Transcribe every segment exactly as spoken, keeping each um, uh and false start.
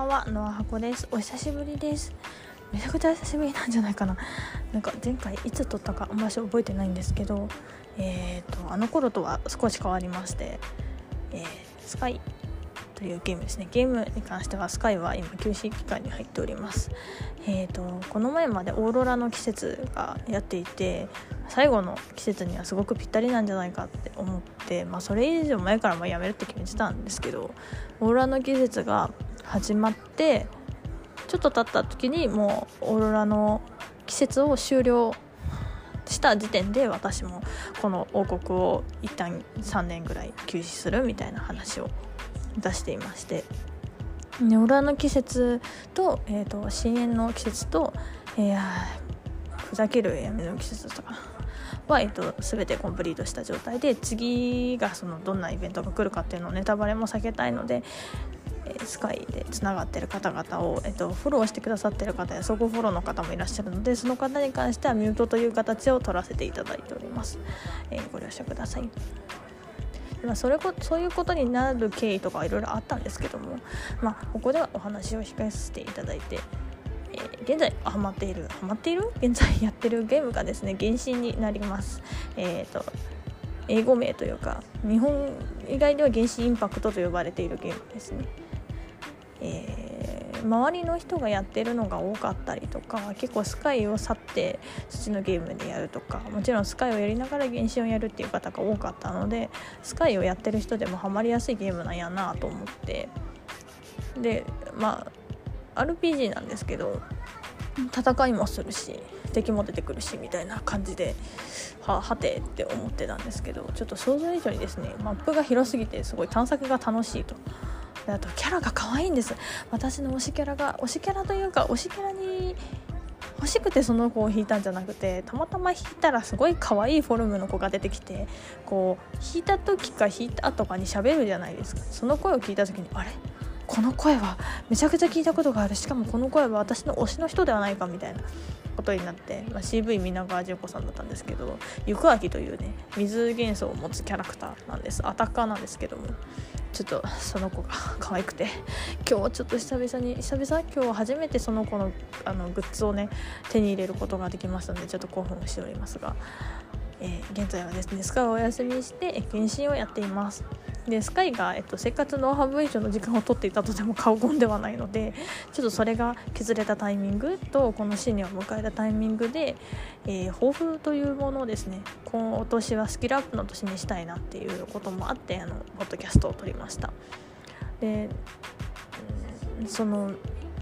は、ノアハコです。お久しぶりです。めちゃくちゃ久しぶりなんじゃないかな。なんか前回いつ撮ったかあんまり覚えてないんですけど、えーとあの頃とは少し変わりまして、えー、スカイというゲームですね。ゲームに関してはスカイは今休止期間に入っております。えーとこの前までオーロラの季節がやっていて、最後の季節にはすごくぴったりなんじゃないかって思って、まあ、それ以上前からもやめるって決めてたんですけど、オーロラの季節が始まってちょっと経った時にもうオーロラの季節を終了した時点で私もこの王国を一旦さんねんぐらい休止するみたいな話を出していまして、オーロラの季節と、えーと深淵の季節と、えー、ふざける闇の季節とかは、えーと全てコンプリートした状態で、次がそのどんなイベントが来るかっていうのをネタバレも避けたいので、スカイでつながっている方々を、えっと、フォローしてくださっている方や相互フォローの方もいらっしゃるので、その方に関してはミュートという形を取らせていただいております。えー、ご了承ください。まあ、それこそういうことになる経緯とかいろいろあったんですけども、まあ、ここではお話を控えさせていただいて、えー、現在ハマっているハマっている現在やってるゲームがですね、原神になります。えーと英語名というか日本以外では原神インパクトと呼ばれているゲームですね。えー、周りの人がやってるのが多かったりとか、結構スカイを去ってそっちのゲームでやるとか、もちろんスカイをやりながら原神をやるっていう方が多かったので、スカイをやってる人でもハマりやすいゲームなんやなと思って、でまあ アールピージー なんですけど、戦いもするし敵も出てくるしみたいな感じで、ははてって思ってたんですけど、ちょっと想像以上にですね、マップが広すぎてすごい探索が楽しいと。あとキャラが可愛いんです。私の推しキャラが推しキャラというか推しキャラに欲しくてその子を引いたんじゃなくて、たまたま引いたらすごい可愛いフォルムの子が出てきて、こう引いた時か引いた後かに喋るじゃないですか。その声を聞いた時に、あれこの声はめちゃくちゃ聞いたことがある、しかもこの声は私の推しの人ではないかみたいなことになって、まあ、シーブイ 皆川淳子さんだったんですけど、ゆくあきというね水元素を持つキャラクターなんです。アタッカーなんですけども、ちょっとその子が可愛くて、今日ちょっと久々に久々今日初めてその子のあのグッズをね手に入れることができましたので、ちょっと興奮しておりますが、えー、現在はですねスカイをお休みして原神をやっています。でスカイが、えっと、生活の半分以上の時間を取っていたとても過言ではないので、ちょっとそれが削れたタイミングとこの新年を迎えたタイミングで、えー、抱負というものをですね、今年はスキルアップの年にしたいなっていうこともあって、あのポッドキャストを撮りました。で、うん、その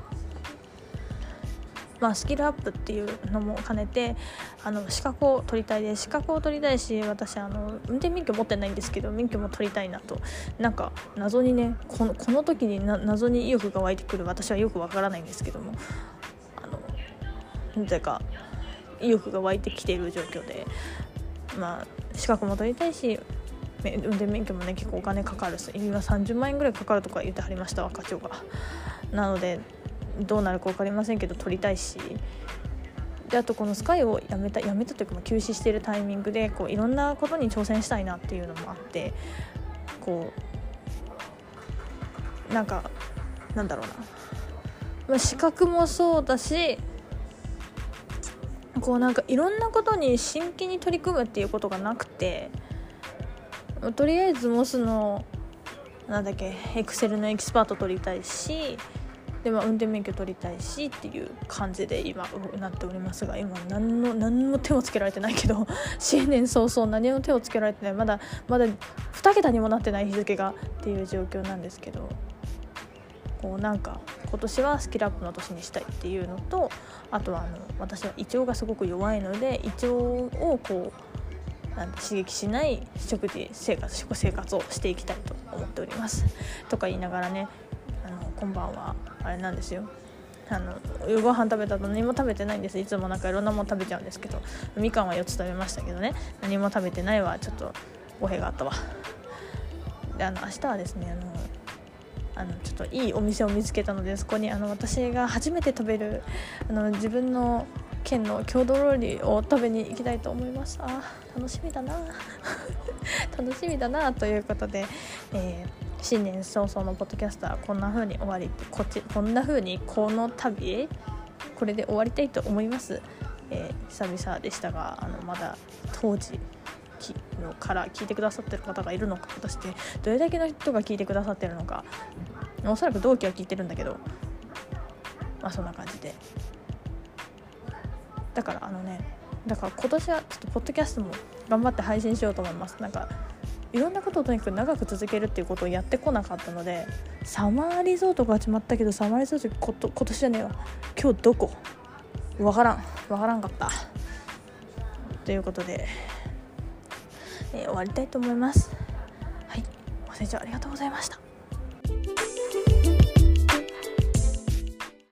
まあ、スキルアップっていうのも兼ねて、あの資格を取りたいです。資格を取りたいし、私あの運転免許持ってないんですけど、免許も取りたいなと、なんか謎にねこの、この時にな謎に意欲が湧いてくる。私はよくわからないんですけども、あのなんていうか意欲が湧いてきている状況で、まあ資格も取りたいし、運転免許もね結構お金かかるし、今さんじゅうまんえんぐらいかかるとか言ってはりましたわ、課長が。なのでどうなるか分かりませんけど取りたいし、であとこのスカイをやめたやめたというか休止しているタイミングでこういろんなことに挑戦したいなっていうのもあって、こうなんかなんだろうな、まあ、資格もそうだし、こうなんかいろんなことに真剣に取り組むっていうことがなくて、とりあえずモスのなんだっけエクセルのエキスパート取りたいし、でまあ、運転免許取りたいしっていう感じで今なっておりますが、今何の何も手もつけられてないけど新年早々何も手をつけられてない、まだまだに桁にもなってない日付がっていう状況なんですけど、こうなんか今年はスキルアップの年にしたいっていうのと、あとはあの私は胃腸がすごく弱いので、胃腸をこうなん刺激しない食事生活食生活をしていきたいと思っておりますとか言いながらね、あの今晩はあれなんですよ、あの夜ご飯食べた後何も食べてないんです。いつもなんかいろんなもの食べちゃうんですけど、みかんはよっつ食べましたけどね、何も食べてないはちょっと語弊があったわ。であの明日はですね、あのあのちょっといいお店を見つけたので、そこにあの私が初めて食べるあの自分の県の郷土料理を食べに行きたいと思います。あ楽しみだな楽しみだなということで、えー新年早々のポッドキャストはこんな風に終わりこっちこんな風にこの旅これで終わりたいと思います。えー、久々でしたが、あのまだ当時のから聞いてくださってる方がいるのか、果たしてどれだけの人が聞いてくださってるのか、おそらく同期は聞いてるんだけど、まあそんな感じで、だからあのねだから今年はちょっとポッドキャストも頑張って配信しようと思います。なんかいろんなことをとにかく長く続けるっていうことをやってこなかったので、サマーリゾートが始まったけどサマーリゾートこと今年じゃねえわ今日どこわからんわからんかったということで、えー、終わりたいと思います。はい、ご清聴ありがとうございました。